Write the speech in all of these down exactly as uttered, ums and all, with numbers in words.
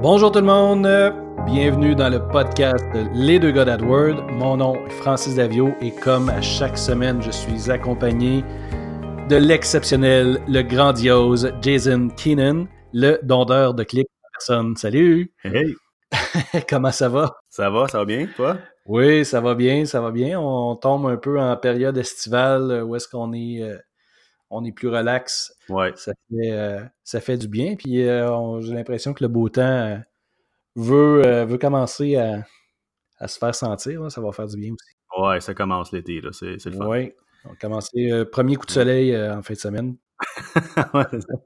Bonjour tout le monde, bienvenue dans le podcast Les deux gars d'AdWord. Mon nom est Francis Davio et comme à chaque semaine, je suis accompagné de l'exceptionnel, le grandiose Jason Keenan, le dondeur de clics en personne. Salut! Hey! Comment ça va? Ça va, ça va bien, toi? Oui, ça va bien, ça va bien. On tombe un peu en période estivale où est-ce qu'on est, euh, on est plus relax. Ouais. Ça fait, euh, ça fait du bien. Puis euh, on, j'ai l'impression que le beau temps euh, veut, euh, veut commencer à, à se faire sentir. Là. Ça va faire du bien aussi. Ouais, ça commence l'été, là. C'est, c'est le fun. Oui, on va commencer. Euh, premier coup de soleil euh, en fin de semaine. Ouais, c'est ça.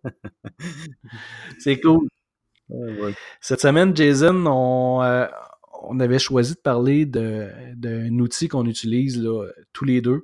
C'est cool. Ouais, ouais. Cette semaine, Jason, on, euh, on avait choisi de parler de, d'un outil qu'on utilise là, tous les deux.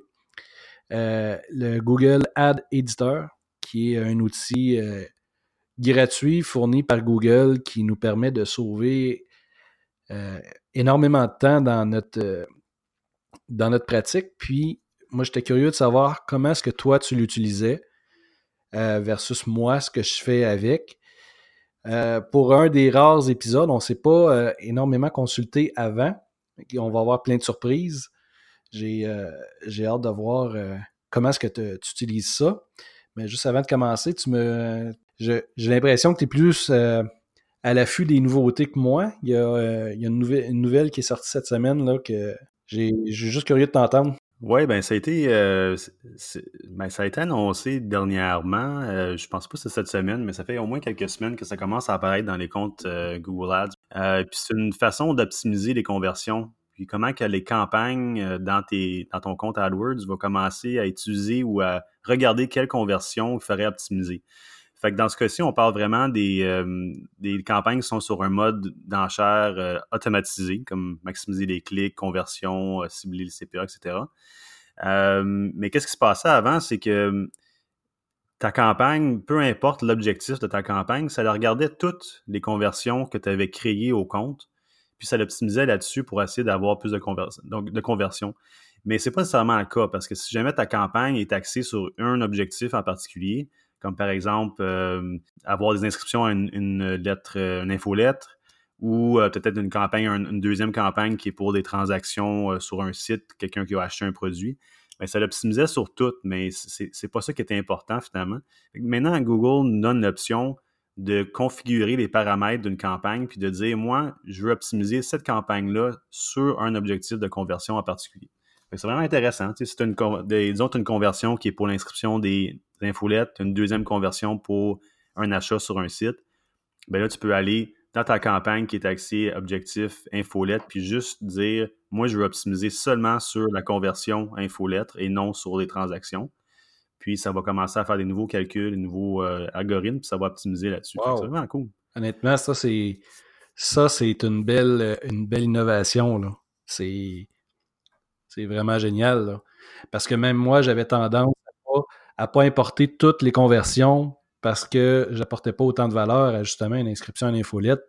Euh, le Google Ad Editor, qui est un outil euh, gratuit fourni par Google qui nous permet de sauver euh, énormément de temps dans notre, euh, dans notre pratique. Puis, moi, j'étais curieux de savoir comment est-ce que toi, tu l'utilisais euh, versus moi, ce que je fais avec. Euh, pour un des rares épisodes, on ne s'est pas euh, énormément consulté avant. On va avoir plein de surprises. J'ai, euh, j'ai hâte de voir euh, comment est-ce que tu utilises ça. Mais juste avant de commencer, tu me, je, j'ai l'impression que tu es plus euh, à l'affût des nouveautés que moi. Il y a, euh, il y a une, nouvelle, une nouvelle qui est sortie cette semaine là, que j'ai, j'ai juste curieux de t'entendre. Ouais, ben ça a été euh, c'est- c'est- ben, ça a été annoncé dernièrement. Euh, je pense pas que c'est cette semaine, mais ça fait au moins quelques semaines que ça commence à apparaître dans les comptes euh, Google Ads. Euh, puis c'est une façon d'optimiser les conversions. Puis comment que les campagnes euh, dans tes dans ton compte AdWords vont commencer à utiliser ou à regarder quelles conversions il faudrait optimiser. Fait que dans ce cas-ci, on parle vraiment des, euh, des campagnes qui sont sur un mode d'enchère euh, automatisé, comme maximiser les clics, conversion, euh, cibler le C P A, et cetera. Euh, mais qu'est-ce qui se passait avant, c'est que ta campagne, peu importe l'objectif de ta campagne, ça regardait toutes les conversions que tu avais créées au compte, puis ça l'optimisait là-dessus pour essayer d'avoir plus de, convers- donc de conversion. Mais c'est pas nécessairement le cas, parce que si jamais ta campagne est axée sur un objectif en particulier, comme par exemple euh, avoir des inscriptions à une, une lettre, euh, une infolettre, ou euh, peut-être une campagne, une, une deuxième campagne qui est pour des transactions euh, sur un site, quelqu'un qui a acheté un produit, bien, ça l'optimisait sur tout, mais c'est, c'est pas ça qui était important finalement. Maintenant, Google nous donne l'option de configurer les paramètres d'une campagne puis de dire, moi, je veux optimiser cette campagne-là sur un objectif de conversion en particulier. C'est vraiment intéressant. Tu sais, si tu as une, des, disons, une conversion qui est pour l'inscription des, des infolettes, une deuxième conversion pour un achat sur un site, bien là, tu peux aller dans ta campagne qui est axée objectif infolettre, puis juste dire, moi, je veux optimiser seulement sur la conversion infolettre et non sur les transactions. Puis, ça va commencer à faire des nouveaux calculs, des nouveaux euh, algorithmes, puis ça va optimiser là-dessus. Fait que c'est Wow. vraiment cool. Honnêtement, ça, c'est ça, c'est une belle, une belle innovation. Là. C'est, c'est vraiment génial. Là. Parce que même moi, j'avais tendance à pas, à pas importer toutes les conversions parce que j'apportais pas autant de valeur à justement une inscription à l'infolette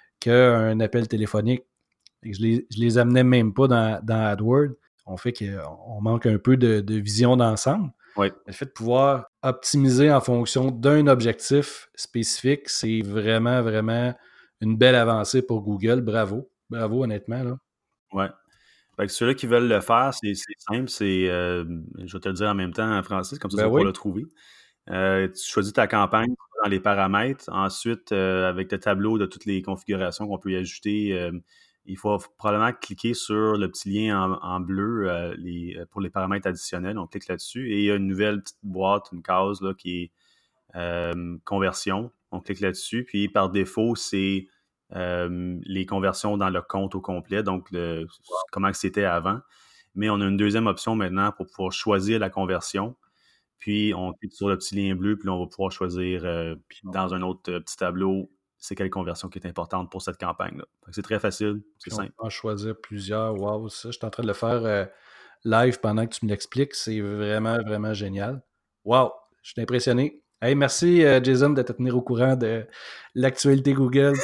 qu'un appel téléphonique. Et je les, je les amenais même pas dans, dans AdWords. On fait qu'on manque un peu de, de vision d'ensemble. Oui. Le fait de pouvoir optimiser en fonction d'un objectif spécifique, c'est vraiment, vraiment une belle avancée pour Google. Bravo. Bravo, honnêtement. Là. Ouais. Fait que ceux-là qui veulent le faire, c'est, c'est simple. C'est, euh, je vais te le dire en même temps, Francis, comme ça, Ben tu vas oui. pouvoir le trouver. Euh, tu choisis ta campagne dans les paramètres. Ensuite, euh, avec le tableau de toutes les configurations qu'on peut y ajouter, euh, il faut probablement cliquer sur le petit lien en, en bleu euh, les, pour les paramètres additionnels. On clique là-dessus et il y a une nouvelle petite boîte, une case là, qui est euh, conversion. On clique là-dessus. Puis par défaut, c'est euh, les conversions dans le compte au complet, donc le, comment c'était avant. Mais on a une deuxième option maintenant pour pouvoir choisir la conversion. Puis, on clique sur le petit lien bleu, puis là, on va pouvoir choisir euh, dans un autre euh, petit tableau, c'est quelle conversion qui est importante pour cette campagne-là. C'est très facile, c'est Puis simple. on peut en choisir plusieurs. Wow, ça, je suis en train de le faire euh, live pendant que tu me l'expliques. C'est vraiment, vraiment génial. Wow, je suis impressionné. Hey, merci, euh, Jason, de te tenir au courant de l'actualité Google.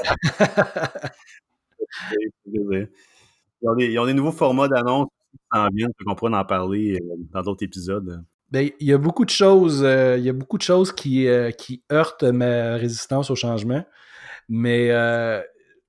Ils ont, des, ils ont des nouveaux formats d'annonces qui s'en viennent, qu'on pourra en parler euh, dans d'autres épisodes. Ben, il y a beaucoup de choses, euh, il y a beaucoup de choses qui, euh, qui heurtent ma résistance au changement. Mais euh,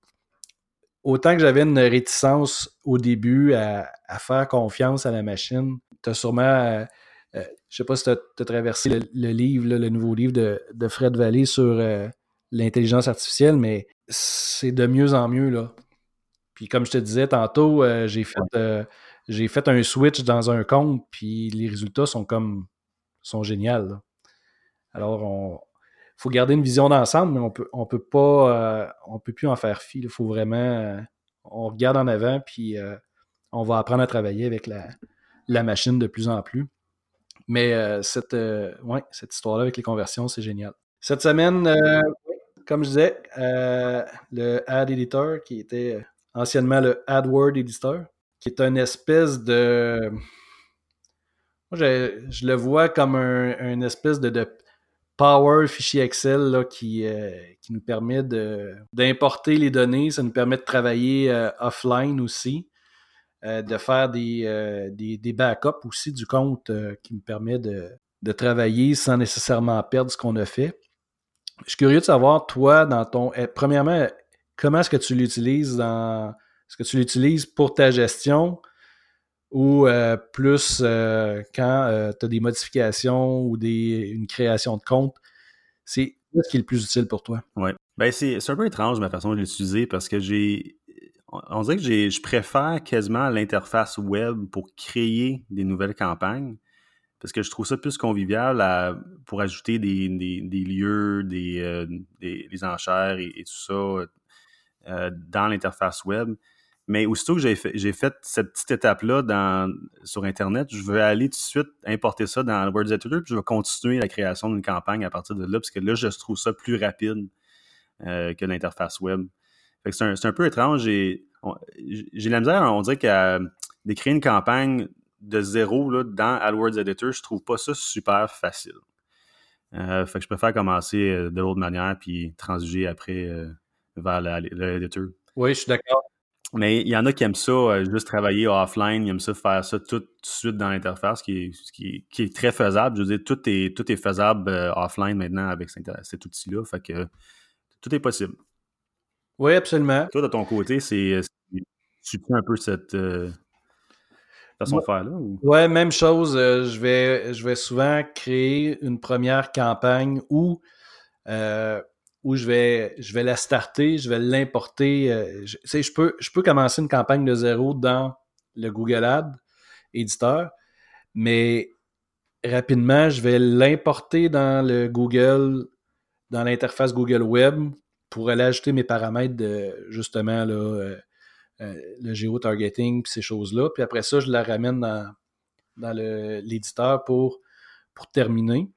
autant que j'avais une réticence au début à, à faire confiance à la machine, tu as sûrement, euh, euh, je sais pas si tu as traversé le, le livre, là, le nouveau livre de, de Fred Vallée sur euh, l'intelligence artificielle, mais c'est de mieux en mieux, là. Puis comme je te disais tantôt, euh, j'ai fait euh, j'ai fait un switch dans un compte, puis les résultats sont comme sont géniaux, là. Alors, on faut garder une vision d'ensemble, mais on peut on peut pas euh, on peut plus en faire fi. Il faut vraiment euh, on regarde en avant, puis euh, on va apprendre à travailler avec la, la machine de plus en plus. Mais euh, cette, euh, ouais, cette histoire-là avec les conversions, c'est génial. Cette semaine, euh, comme je disais, euh, le Ad Editor, qui était anciennement le AdWord Editor, qui est une espèce de... Moi, je, je le vois comme un, une espèce de, de power fichier Excel là, qui, euh, qui nous permet de, d'importer les données. Ça nous permet de travailler euh, offline aussi, euh, de faire des, euh, des, des backups aussi du compte euh, qui me permet de, de travailler sans nécessairement perdre ce qu'on a fait. Je suis curieux de savoir, toi, dans ton... eh, premièrement, comment est-ce que tu l'utilises dans... Est-ce que tu l'utilises pour ta gestion ou euh, plus euh, quand euh, tu as des modifications ou des, une création de compte? C'est ce qui est le plus utile pour toi? Ouais. Ben, c'est c'est un peu étrange ma façon de l'utiliser parce que j'ai. On on dirait que j'ai, je préfère quasiment l'interface web pour créer des nouvelles campagnes parce que je trouve ça plus convivial à- pour ajouter des, des- des lieux, des, euh, des, des enchères et, et tout ça euh, dans l'interface web. Mais aussitôt que j'ai fait, j'ai fait cette petite étape-là dans, sur Internet, je veux aller tout de suite importer ça dans le Word Editor, puis je vais continuer la création d'une campagne à partir de là, parce que là, je trouve ça plus rapide euh, que l'interface web. Fait que c'est un, c'est un peu étrange. J'ai, on- j'ai la misère, on dirait qu'à d'écrire une campagne de zéro là, dans AdWords Editor, je trouve pas ça super facile. Euh, fait que je préfère commencer euh, de l'autre manière puis transiger après euh, vers la- l'editor. Oui, je suis d'accord. Mais il y en a qui aiment ça, euh, juste travailler offline, ils aiment ça faire ça tout de suite dans l'interface, qui est, qui, est, qui est très faisable. Je veux dire, tout est, tout est faisable euh, offline maintenant avec cet, cet outil-là. Fait que tout est possible. Oui, absolument. Toi, de ton côté, c'est, c'est- tu suis un peu cette euh, façon de faire-là? Ou? Ouais, même chose. euh, je vais, je vais souvent créer une première campagne où, euh, où je vais, je vais la starter, je vais l'importer. euh, je, tu sais, je peux, je peux commencer une campagne de zéro dans le Google Ads éditeur, mais rapidement, je vais l'importer dans le Google, dans l'interface Google Web pour aller ajouter mes paramètres de justement là, euh, euh, le géotargeting puis ces choses-là. Puis après ça, je la ramène dans, dans le- l'éditeur pour, pour terminer.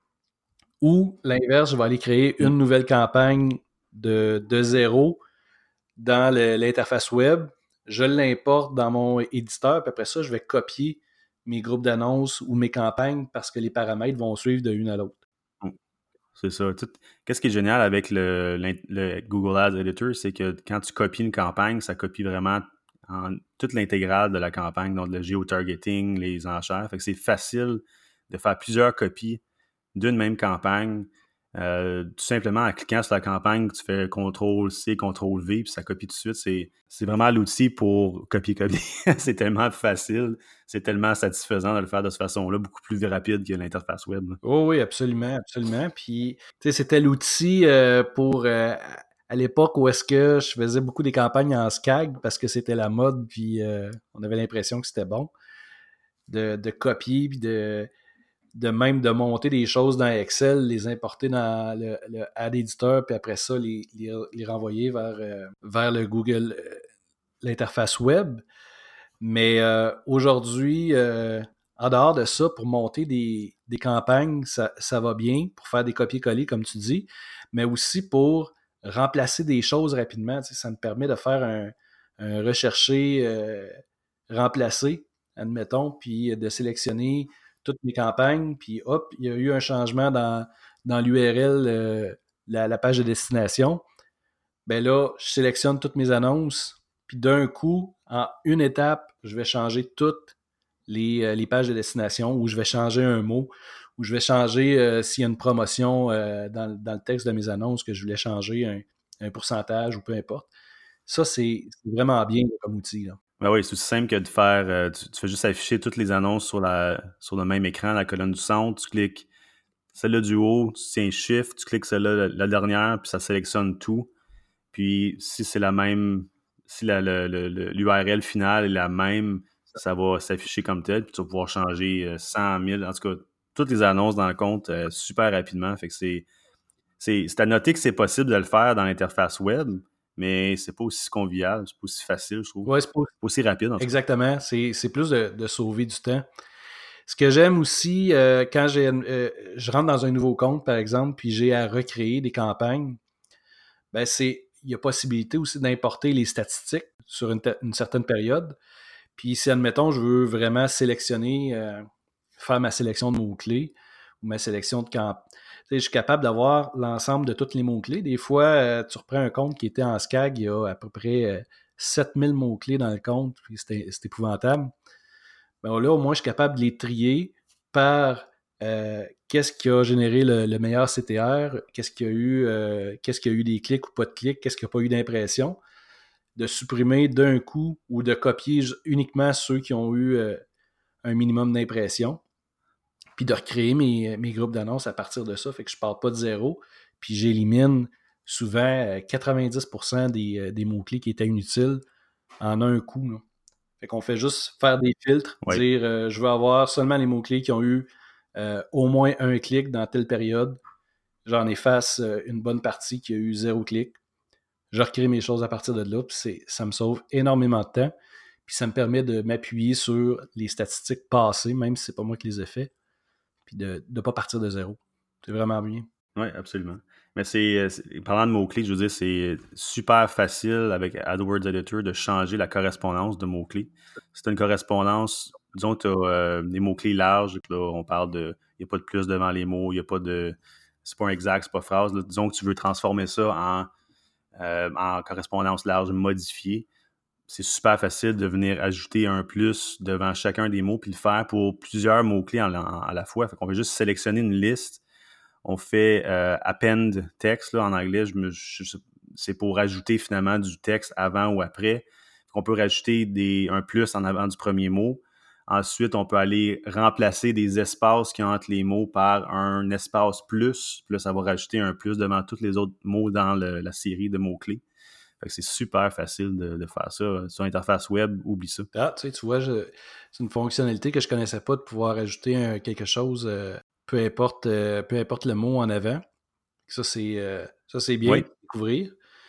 Ou l'inverse, je vais aller créer Mm. une nouvelle campagne de, de zéro dans le- l'interface web. Je l'importe dans mon éditeur, puis après ça, je vais copier mes groupes d'annonces ou mes campagnes parce que les paramètres vont suivre de l'une à l'autre. Mm. C'est ça. Tout- Qu'est-ce qui est génial avec le, l'in- le Google Ads Editor, c'est que quand tu copies une campagne, ça copie vraiment en toute l'intégrale de la campagne, donc le géotargeting, les enchères. Fait que c'est facile de faire plusieurs copies d'une même campagne. Euh, tout simplement en cliquant sur la campagne, tu fais contrôle C, contrôle V, puis ça copie tout de suite. C'est, c'est vraiment l'outil pour copier-copier. C'est tellement facile, c'est tellement satisfaisant de le faire de cette façon-là, beaucoup plus rapide que l'interface web. Là. Oh oui, absolument, absolument. Puis, tu sais, c'était l'outil euh, pour, euh, à l'époque où est-ce que je faisais beaucoup des campagnes en SCAG parce que c'était la mode, puis euh, on avait l'impression que c'était bon de, de copier, puis de, de même de monter des choses dans Excel, les importer dans le, le Ad Editor, puis après ça, les, les, les renvoyer vers, euh, vers le Google, euh, l'interface web. Mais euh, aujourd'hui, euh, en dehors de ça, pour monter des, des campagnes, ça, ça va bien, pour faire des copier-coller, comme tu dis, mais aussi pour remplacer des choses rapidement. Tu sais, ça me permet de faire un, un rechercher, euh, remplacer, admettons, puis de sélectionner toutes mes campagnes, puis hop, il y a eu un changement dans, dans l'U R L, euh, la, la page de destination. Ben là, je sélectionne toutes mes annonces, puis d'un coup, en une étape, je vais changer toutes les, euh, les pages de destination, ou je vais changer un mot, ou je vais changer euh, s'il y a une promotion euh, dans, dans le texte de mes annonces que je voulais changer un, un pourcentage ou peu importe. Ça, c'est, c'est vraiment bien comme outil, là. Ben oui, c'est aussi simple que de faire. euh, tu, tu fais juste afficher toutes les annonces sur, la, sur le même écran, la colonne du centre. Tu cliques celle-là du haut, tu tiens Shift, tu cliques celle-là, la, la dernière, puis ça sélectionne tout. Puis si c'est la même, si la, le, le, le- l'U R L finale est la même, ça va s'afficher comme tel, puis tu vas pouvoir changer euh, cent mille, en tout cas, toutes les annonces dans le compte euh, super rapidement. Fait que c'est, c'est, c'est à noter que c'est possible de le faire dans l'interface web, mais c'est pas aussi convivial, c'est pas aussi facile, je trouve. Ouais, c'est pas- Pas aussi rapide, en tout cas. exactement. C'est, c'est plus de, de sauver du temps. Ce que j'aime aussi, euh, quand j'ai, euh, je rentre dans un nouveau compte, par exemple, puis j'ai à recréer des campagnes, ben c'est, il y a possibilité aussi d'importer les statistiques sur une, te- une certaine période. Puis si, admettons, je veux vraiment sélectionner, euh, faire ma sélection de mots-clés ou ma sélection de camp. Tu sais, je suis capable d'avoir l'ensemble de tous les mots-clés. Des fois, euh, tu reprends un compte qui était en SCAG, il y a à peu près euh, sept mille mots-clés dans le compte, puis c'est c'est épouvantable. Ben là, au moins, je suis capable de les trier par euh, qu'est-ce qui a généré le, le meilleur C T R, qu'est-ce qu'il y a eu, euh, qu'est-ce qu'il y a eu des clics ou pas de clics, qu'est-ce qu'il n'y a pas eu d'impression, de supprimer d'un coup ou de copier uniquement ceux qui ont eu euh, un minimum d'impression, puis de recréer mes, mes groupes d'annonces à partir de ça. Fait que je ne pars pas de zéro, puis j'élimine souvent euh, quatre-vingt-dix pour cent des, euh, des mots-clés qui étaient inutiles en un coup, là. Fait qu'on fait juste faire des filtres, Oui. dire euh, je veux avoir seulement les mots-clés qui ont eu euh, au moins un clic dans telle période. J'en efface euh, une bonne partie qui a eu zéro clic. Je recrée mes choses à partir de là, puis c'est, ça me sauve énormément de temps. Puis ça me permet de m'appuyer sur les statistiques passées, même si c'est pas moi qui les ai fait, puis de ne pas partir de zéro. C'est vraiment bien. Oui, absolument. Mais c'est, euh, c'est- parlant de mots-clés, je veux dire, c'est super facile avec AdWords Editor de changer la correspondance de mots-clés. C'est une correspondance, disons que tu as des mots-clés larges, que là, on parle de, il n'y a pas de plus devant les mots, il n'y a pas de, c'est pas un exact, c'est pas phrase. Là. Disons que tu veux transformer ça en, euh, en correspondance large modifiée. C'est super facile de venir ajouter un plus devant chacun des mots puis le faire pour plusieurs mots-clés en- en- à la fois. Fait qu'on va juste sélectionner une liste. On fait euh, append text là, en anglais. Je me, je- c'est pour ajouter finalement du texte avant ou après. On peut rajouter des, un plus en avant du premier mot. Ensuite, on peut aller remplacer des espaces qui ont entre les mots par un espace plus. Puis là, ça va rajouter un plus devant tous les autres mots dans le- la série de mots-clés. Fait que c'est super facile de, de faire ça. Sur l'interface web, oublie ça. Ah, tu sais, tu vois, je- c'est une fonctionnalité que je connaissais pas de pouvoir ajouter un- quelque chose, euh, peu importe, euh, peu importe le mot en avant. Ça, c'est euh, ça, c'est bien de Oui, découvrir.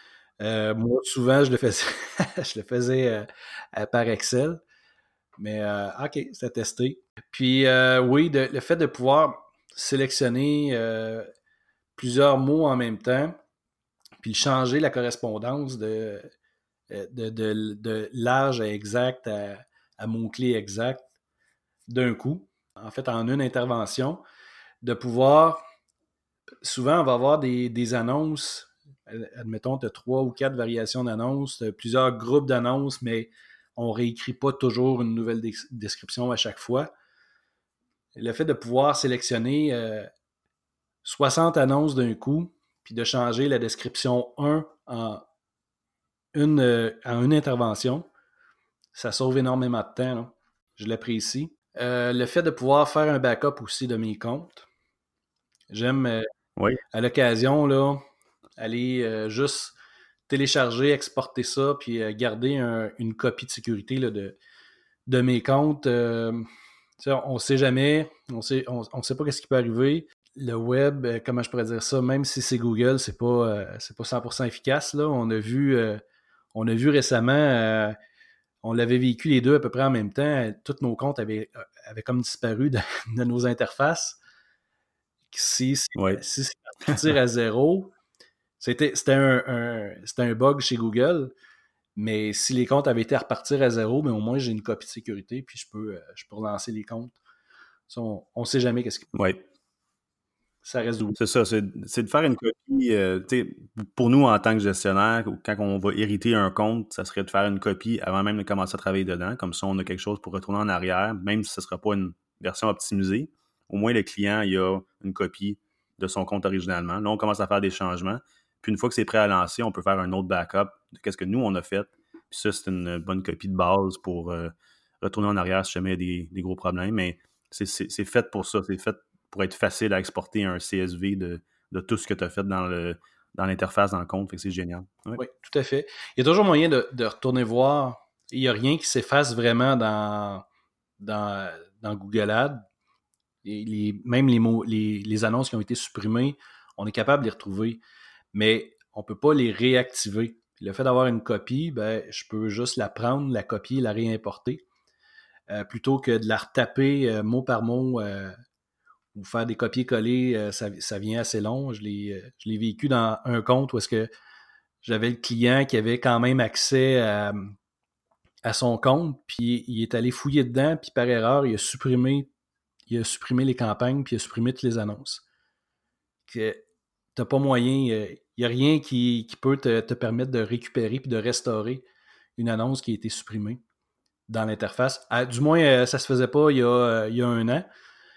Euh, moi, souvent, je le faisais, je le faisais euh, euh, par Excel, mais euh, OK, c'est à tester. Puis, euh, oui, de- le fait de pouvoir sélectionner euh, plusieurs mots en même temps, puis changer la correspondance de, euh, de, de, de large à exact à, à mot-clé exact d'un coup, en fait, en une intervention, de pouvoir, souvent, on va avoir des, des annonces, admettons, tu as trois ou quatre variations d'annonces, tu as plusieurs groupes d'annonces, mais on ne réécrit pas toujours une nouvelle des- description à chaque fois. Le fait de pouvoir sélectionner euh, soixante annonces d'un coup, puis de changer la description un en une, euh, en une intervention, ça sauve énormément de temps, là. Je l'apprécie. Euh, le fait de pouvoir faire un backup aussi de mes comptes. J'aime euh, oui, à l'occasion, là, aller euh, juste télécharger, exporter ça, puis euh, garder un- une copie de sécurité là, de, de mes comptes. Euh, tu sais, on ne sait jamais, on sait, on, on sait pas ce qui peut arriver. Le web, euh, comment je pourrais dire ça, même si c'est Google, c'est pas, euh, c'est pas cent pour cent efficace. Là. On a vu, euh, on a vu récemment, euh, on l'avait vécu les deux à peu près en même temps. euh, Tous nos comptes avaient, euh, avaient comme disparu de, de nos interfaces. Si, si, oui. si c'est partir à zéro, c'était, c'était, un, un- c'était un bug chez Google, mais si les comptes avaient été à repartir à zéro, mais au moins j'ai une copie de sécurité, puis je peux, euh, je peux relancer les comptes. Ça, on ne sait jamais qu'est-ce que Oui. ça reste d'ouvert. C'est ça, c'est c'est de faire une copie. Euh, tu sais, pour nous, en tant que gestionnaire, ou quand on va hériter un compte, ça serait de faire une copie avant même de commencer à travailler dedans. Comme ça, on a quelque chose pour retourner en arrière, même si ce ne sera pas une version optimisée. Au moins, le client, il a une copie de son compte originalement. Là, on commence à faire des changements. Puis une fois que c'est prêt à lancer, on peut faire un autre backup de ce que nous, on a fait. Puis ça, c'est une bonne copie de base pour euh, retourner en arrière si jamais il y a des, des gros problèmes. Mais c'est, c'est, c'est fait pour ça. C'est fait pour être facile à exporter un C S V de, de tout ce que tu as fait dans, le, dans l'interface, dans le compte. Fait que c'est génial. Ouais. Oui, tout à fait. Il y a toujours moyen de, de retourner voir. Il n'y a rien qui s'efface vraiment dans, dans, dans Google Ads. Et les, même les, mots, les, les annonces qui ont été supprimées, on est capable de les retrouver, mais on ne peut pas les réactiver. Le fait d'avoir une copie, ben, je peux juste la prendre, la copier, la réimporter, euh, plutôt que de la retaper euh, mot par mot euh, ou faire des copier-coller, euh, ça, ça vient assez long. Je l'ai, euh, je l'ai vécu dans un compte où est-ce que j'avais le client qui avait quand même accès à, à son compte, puis il est allé fouiller dedans, puis par erreur, il a supprimé, il a supprimé les campagnes, puis il a supprimé toutes les annonces. Que t'as pas moyen, il n'y a rien qui, qui peut te, te permettre de récupérer puis de restaurer une annonce qui a été supprimée dans l'interface. À, du moins, ça se faisait pas il y a, il y a un an,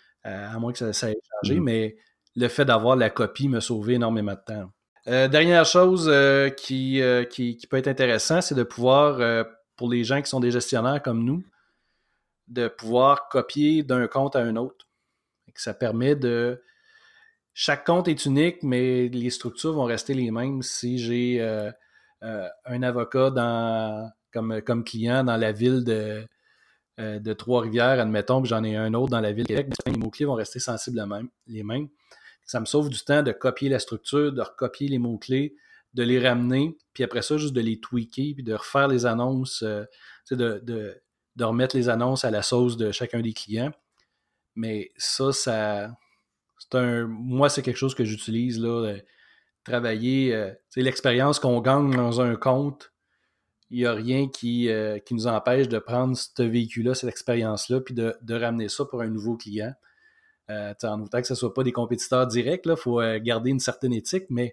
à moins que ça, ça ait changé, mm-hmm. mais le fait d'avoir la copie m'a sauvé énormément de temps. Euh, dernière chose euh, qui, euh, qui, qui peut être intéressant, c'est de pouvoir, euh, pour les gens qui sont des gestionnaires comme nous, de pouvoir copier d'un compte à un autre. Ça permet de... Chaque compte est unique, mais les structures vont rester les mêmes. Si j'ai euh, euh, un avocat dans, comme, comme client dans la ville de, euh, de Trois-Rivières, admettons, puis j'en ai un autre dans la ville de Québec, les mots-clés vont rester sensiblement les mêmes. Ça me sauve du temps de copier la structure, de recopier les mots-clés, de les ramener, puis après ça, juste de les tweaker, puis de refaire les annonces, euh, de, de, de remettre les annonces à la sauce de chacun des clients. Mais ça, ça... C'est un, moi, c'est quelque chose que j'utilise, là, de travailler. Euh, l'expérience qu'on gagne dans un compte, il n'y a rien qui, euh, qui nous empêche de prendre ce véhicule-là, cette expérience-là, puis de, de ramener ça pour un nouveau client. Euh, en autant que ce ne soit pas des compétiteurs directs, il faut euh, garder une certaine éthique, mais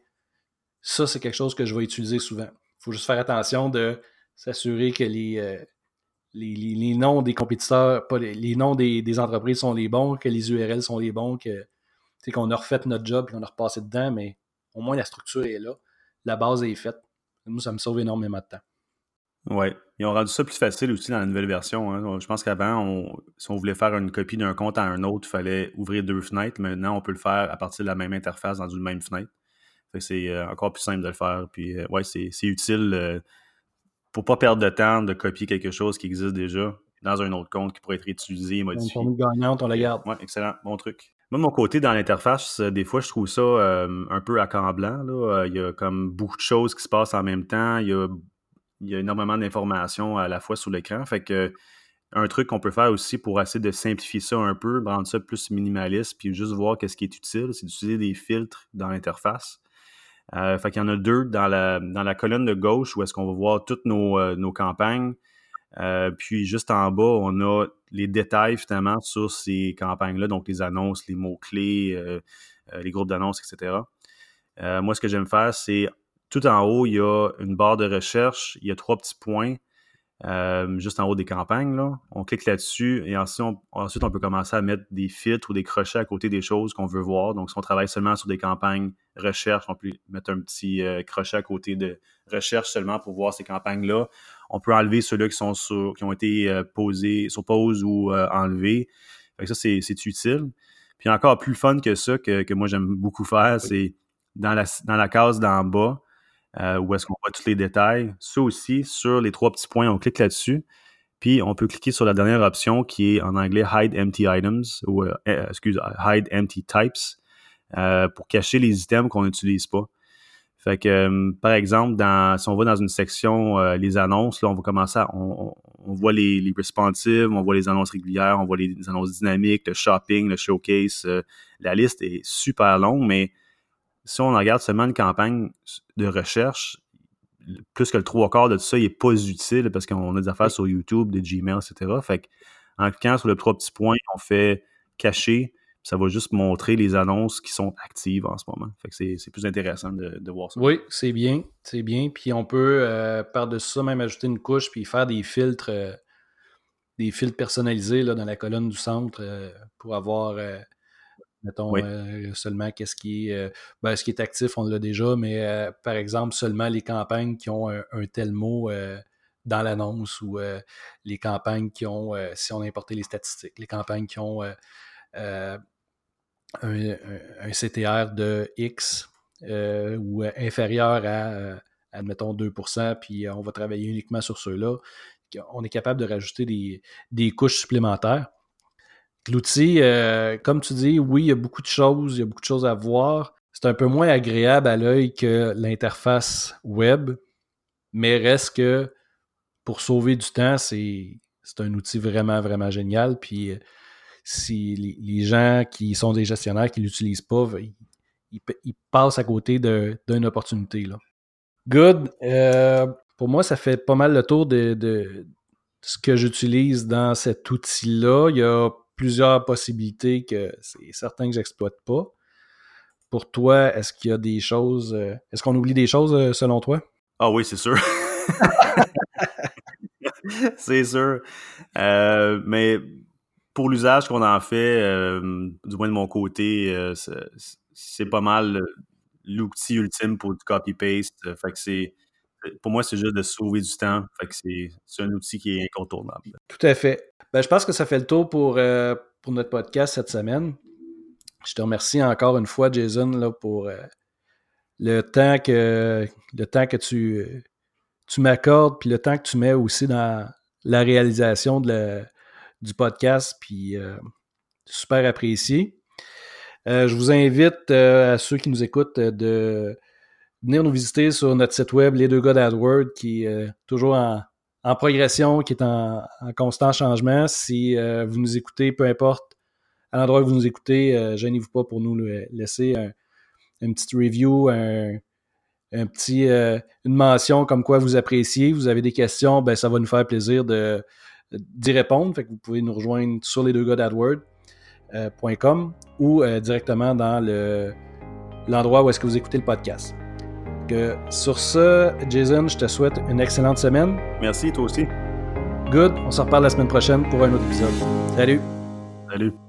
ça, c'est quelque chose que je vais utiliser souvent. Il faut juste faire attention de s'assurer que les, euh, les, les, les noms des compétiteurs, pas les, les noms des, des entreprises sont les bons, que les U R L sont les bons, que c'est qu'on a refait notre job et qu'on a repassé dedans, mais au moins la structure est là. La base est faite. Moi, ça me sauve énormément de temps. Oui. Ils ont rendu ça plus facile aussi dans la nouvelle version. Hein. Je pense qu'avant, on, si on voulait faire une copie d'un compte à un autre, il fallait ouvrir deux fenêtres. Maintenant, on peut le faire à partir de la même interface dans une même fenêtre. Fait que c'est euh, encore plus simple de le faire. Puis, euh, ouais, c'est, c'est utile euh, pour ne pas perdre de temps de copier quelque chose qui existe déjà dans un autre compte qui pourrait être utilisé et modifié. Une formule gagnante, on la garde. Oui, excellent. Bon truc. Moi, de mon côté, dans l'interface, des fois, je trouve ça euh, un peu accablant. Là. Il y a comme beaucoup de choses qui se passent en même temps. Il y a, il y a énormément d'informations à la fois sur l'écran. Fait que un truc qu'on peut faire aussi pour essayer de simplifier ça un peu, rendre ça plus minimaliste, puis juste voir qu'est-ce qui est utile, c'est d'utiliser des filtres dans l'interface. Euh, fait qu'il y en a deux dans la, dans la colonne de gauche où est-ce qu'on va voir toutes nos, euh, nos campagnes. Euh, puis juste en bas, on a les détails finalement sur ces campagnes-là, donc les annonces, les mots-clés, euh, euh, les groupes d'annonces, et cetera. Euh, moi, ce que j'aime faire, c'est tout en haut, il y a une barre de recherche, il y a trois petits points euh, juste en haut des campagnes. Là. On clique là-dessus et ensuite on, ensuite, on peut commencer à mettre des filtres ou des crochets à côté des choses qu'on veut voir. Donc, si on travaille seulement sur des campagnes recherche, on peut mettre un petit euh, crochet à côté de recherche seulement pour voir ces campagnes-là. On peut enlever ceux-là qui sont sur, qui ont été euh, posés, sur pause ou euh, enlevés. Fait que ça, c'est, c'est utile. Puis encore plus fun que ça, que, que moi j'aime beaucoup faire, c'est dans la, dans la case d'en bas, euh, où est-ce qu'on voit tous les détails. Ça aussi, sur les trois petits points, on clique là-dessus. Puis on peut cliquer sur la dernière option qui est en anglais Hide Empty Items, ou euh, excuse, Hide Empty Types, euh, pour cacher les items qu'on n'utilise pas. Fait que, euh, par exemple, dans, si on va dans une section euh, les annonces, là, on va commencer à, on, on voit les, les responsives, on voit les annonces régulières, on voit les, les annonces dynamiques, le shopping, le showcase. Euh, la liste est super longue, mais si on regarde seulement une campagne de recherche, plus que le trois quarts de tout ça, il n'est pas utile parce qu'on a des affaires sur YouTube, des Gmail, et cetera. Fait qu'en cliquant sur les trois petits points, on fait cacher. Ça va juste montrer les annonces qui sont actives en ce moment. Fait que c'est, c'est plus intéressant de, de voir ça. Oui, c'est bien. C'est bien. Puis on peut, euh, par-dessus ça, même ajouter une couche puis faire des filtres euh, des filtres personnalisés là, dans la colonne du centre euh, pour avoir euh, Mettons Oui. euh, seulement qu'est-ce qui est, euh, ben, ce qui est actif, on l'a déjà, mais euh, par exemple, seulement les campagnes qui ont un, un tel mot euh, dans l'annonce ou euh, les campagnes qui ont, euh, si on a importé les statistiques, les campagnes qui ont euh, euh, un, un, un C T R de X euh, ou inférieur à, euh, admettons, deux pour cent, puis on va travailler uniquement sur ceux-là. On est capable de rajouter des, des couches supplémentaires. L'outil, euh, comme tu dis, oui, il y a beaucoup de choses, il y a beaucoup de choses à voir. C'est un peu moins agréable à l'œil que l'interface web, mais reste que pour sauver du temps, c'est, c'est un outil vraiment, vraiment génial. Puis si les, les gens qui sont des gestionnaires qui ne l'utilisent pas, ils, ils, ils passent à côté de, d'une opportunité. Là. Good. Euh, pour moi, ça fait pas mal le tour de, de ce que j'utilise dans cet outil-là. Il y a plusieurs possibilités que c'est certain que j'exploite pas. Pour toi, est-ce qu'il y a des choses... Euh, est-ce qu'on oublie des choses euh, selon toi? Ah oui, c'est sûr. C'est sûr. Euh, mais pour l'usage qu'on en fait, euh, du moins de mon côté, euh, c'est, c'est pas mal l'outil ultime pour du copy-paste. Fait que c'est, pour moi, c'est juste de sauver du temps. Fait que c'est, c'est un outil qui est incontournable. Tout à fait. Ben, je pense que ça fait le tour pour, euh, pour notre podcast cette semaine. Je te remercie encore une fois, Jason, là, pour euh, le temps que, le temps que tu, tu m'accordes, puis le temps que tu mets aussi dans la réalisation de la, du podcast, puis euh, super apprécié. Euh, je vous invite euh, à ceux qui nous écoutent euh, de venir nous visiter sur notre site web Les Deux Gars d'AdWords, qui est euh, toujours en, en progression, qui est en, en constant changement. Si euh, vous nous écoutez, peu importe à l'endroit où vous nous écoutez, euh, gênez-vous pas pour nous laisser un, une petite review, un, un petit, euh, une mention comme quoi vous appréciez. Vous avez des questions, ben, ça va nous faire plaisir de, d'y répondre. Fait que vous pouvez nous rejoindre sur les deux gars d'AdWords point com ou euh, directement dans le, l'endroit où est-ce que vous écoutez le podcast. Que, sur ce, Jason, je te souhaite une excellente semaine. Merci, toi aussi. Good. On se reparle la semaine prochaine pour un autre épisode. Salut. Salut.